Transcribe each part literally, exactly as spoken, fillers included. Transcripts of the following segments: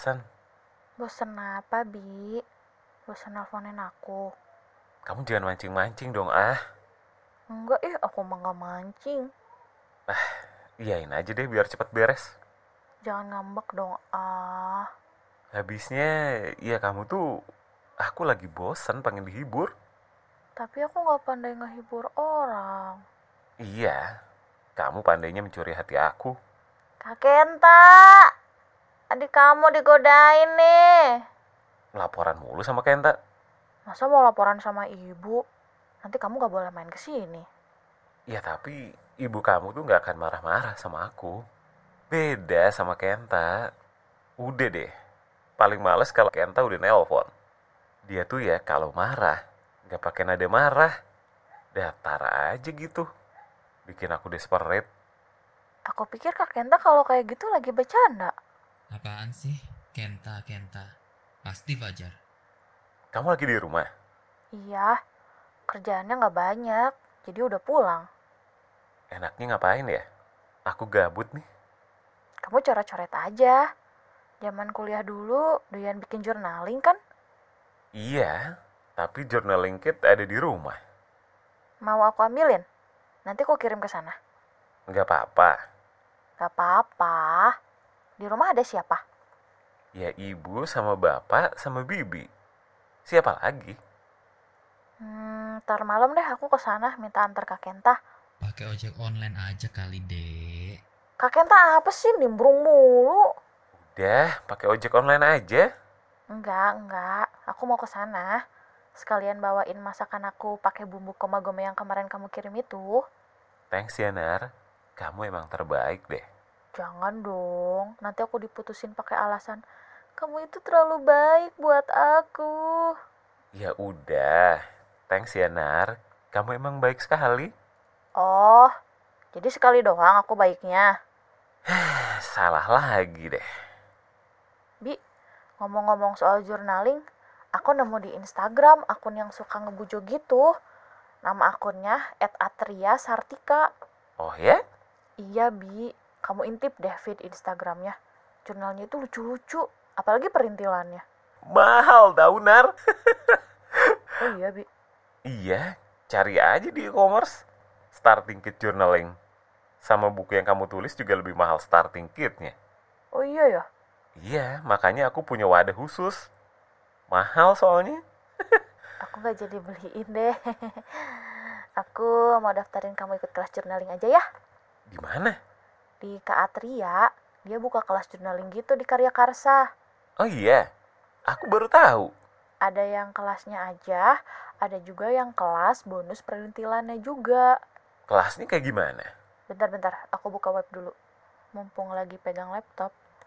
bosan. Bosen apa, Bi? Bosen nelfonin aku. Kamu jangan mancing-mancing dong, ah. Enggak, ih, aku mah nggak mancing. Iyain aja deh biar cepet beres. Jangan ngambek dong, ah. Habisnya, ya kamu tuh, aku lagi bosan pengen dihibur. Tapi aku nggak pandai ngehibur orang. Iya, kamu pandainya mencuri hati aku. Kak Kenta, adik kamu digodain nih. Laporan mulu sama Kenta. Masa mau laporan sama ibu? Nanti kamu nggak boleh main ke sini. Ya tapi, ibu kamu tuh gak akan marah-marah sama aku. Beda sama Kenta. Udah deh, paling males kalau Kenta udah nelpon. Dia tuh ya kalau marah, gak pakai nada marah. Datar aja gitu. Bikin aku desperate. Aku pikir Kak Kenta kalau kayak gitu lagi bercanda. Apaan sih? Kenta, Kenta. Pasti Fajar. Kamu lagi di rumah? Iya, kerjaannya nggak banyak, jadi udah pulang. Enaknya ngapain ya? Aku gabut nih. Kamu coret-coret aja. Zaman kuliah dulu, doyan bikin journaling kan? Iya, tapi journaling kit ada di rumah. Mau aku ambilin? Nanti aku kirim ke sana. Nggak apa-apa. Gak apa-apa. Di rumah ada siapa? Ya ibu sama bapak sama bibi. Siapa lagi? Hmm, ntar malam deh aku ke sana minta antar Kak Kenta. Pakai ojek online aja kali, Dek. Kak Kenta apa sih nimbrung mulu? Udah, pakai ojek online aja. Enggak, enggak. Aku mau ke sana. Sekalian bawain masakan aku pakai bumbu koma-gome yang kemarin kamu kirim itu. Thanks ya, Nar. Kamu emang terbaik deh. Jangan dong, nanti aku diputusin pakai alasan kamu itu terlalu baik buat aku. Ya udah. Thanks ya, Nar. Kamu emang baik sekali. Oh, jadi sekali doang aku baiknya. Salah lagi deh. Bi, ngomong-ngomong soal journaling, aku nemu di Instagram akun yang suka ngebujo gitu. Nama akunnya et atria sartika. Oh ya? Iya, Bi. Kamu intip deh feed Instagramnya. Jurnalnya itu lucu-lucu, apalagi perintilannya. Mahal tau, Nar. Oh iya, Bi. Iya, cari aja di e-commerce. Starting kit journaling. Sama buku yang kamu tulis juga lebih mahal starting kitnya. Oh iya ya? Iya, makanya aku punya wadah khusus. Mahal soalnya. Aku gak jadi beliin deh. Aku mau daftarin kamu ikut kelas journaling aja ya. Di mana? Di Kak Atria, dia buka kelas journaling gitu di Karya Karsa. Oh iya, aku baru tahu. Ada yang kelasnya aja, ada juga yang kelas bonus perintilannya juga. Kelasnya kayak gimana? Bentar-bentar, aku buka web dulu. Mumpung lagi pegang laptop.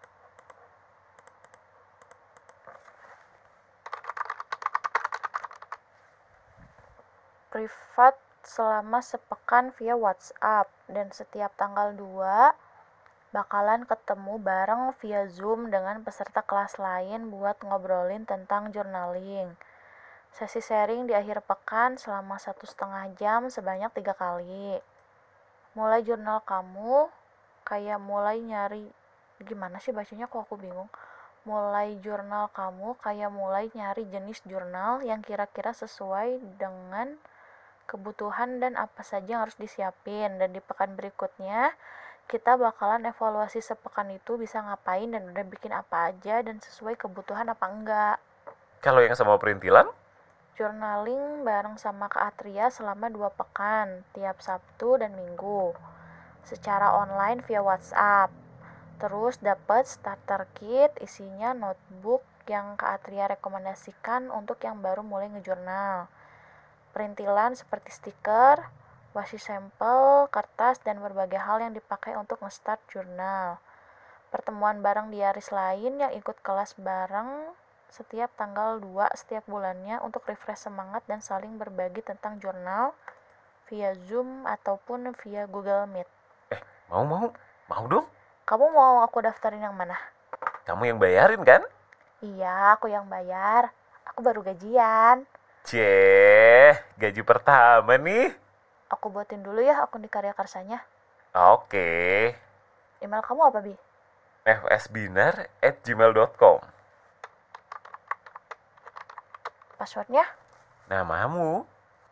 Privat selama sepekan via WhatsApp. Dan setiap tanggal dua bakalan ketemu bareng via Zoom dengan peserta kelas lain buat ngobrolin tentang journaling. Sesi sharing di akhir pekan selama satu setengah jam sebanyak tiga kali. Mulai jurnal kamu, kayak mulai nyari, gimana sih bacanya kok aku bingung. Mulai jurnal kamu kayak mulai nyari jenis jurnal yang kira-kira sesuai dengan kebutuhan dan apa saja yang harus disiapin. Dan di pekan berikutnya, kita bakalan evaluasi sepekan itu bisa ngapain dan udah bikin apa aja dan sesuai kebutuhan apa enggak. Kalau yang sama perintilan? Journaling bareng sama Kak Atria selama dua pekan, tiap Sabtu dan Minggu. Secara online via WhatsApp. Terus dapat starter kit isinya notebook yang Kak Atria rekomendasikan untuk yang baru mulai ngejurnal. Perintilan seperti stiker, washi sampel, kertas, dan berbagai hal yang dipakai untuk nge-start jurnal. Pertemuan bareng diaris lain yang ikut kelas bareng setiap tanggal dua setiap bulannya untuk refresh semangat dan saling berbagi tentang jurnal via Zoom ataupun via Google Meet. Eh, mau mau? Mau dong? Kamu mau aku daftarin yang mana? Kamu yang bayarin kan? Iya, aku yang bayar. Aku baru gajian. Ceh, gaji pertama nih. Aku buatin dulu ya akun di Karya Karsanya. Oke. Email kamu apa, Bi? fsbinar at gmail dot com. Passwordnya? Namamu.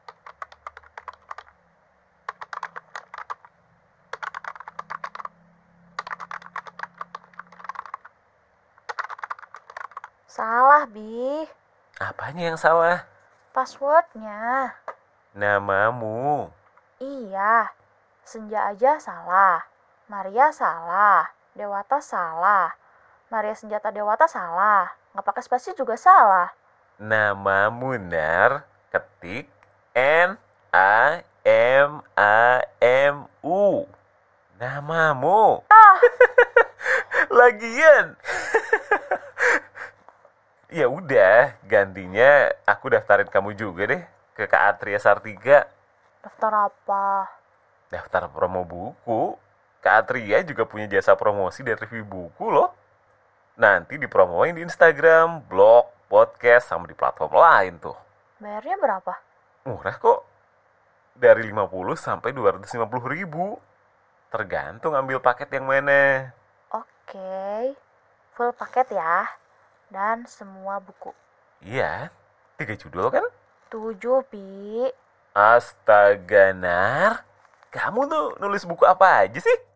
Salah, Bi. Apanya yang salah? Passwordnya. Namamu. Iya. Senja aja salah. Maria salah. Dewata salah. Maria Senjata Dewata salah. Nggak pakai spasi juga salah. Namamu, Nar. Ketik N A M A M U. Namamu. Ah, Lagian. Ya udah, gantinya aku daftarin kamu juga deh ke Kak Atria Sartiga. daftar apa? Daftar promo buku. Kak Atria juga punya jasa promosi dan review buku loh. Nanti dipromoin di Instagram, blog, podcast, sama di platform lain tuh. Bayarnya berapa? Murah kok. Dari lima puluh sampai dua ratus lima puluh ribu. Tergantung ambil paket yang mana. Oke. Full paket ya. Dan semua buku. Iya, tiga judul kan? Tujuh, Bi. Astaga, Nar. Kamu tuh nulis buku apa aja sih?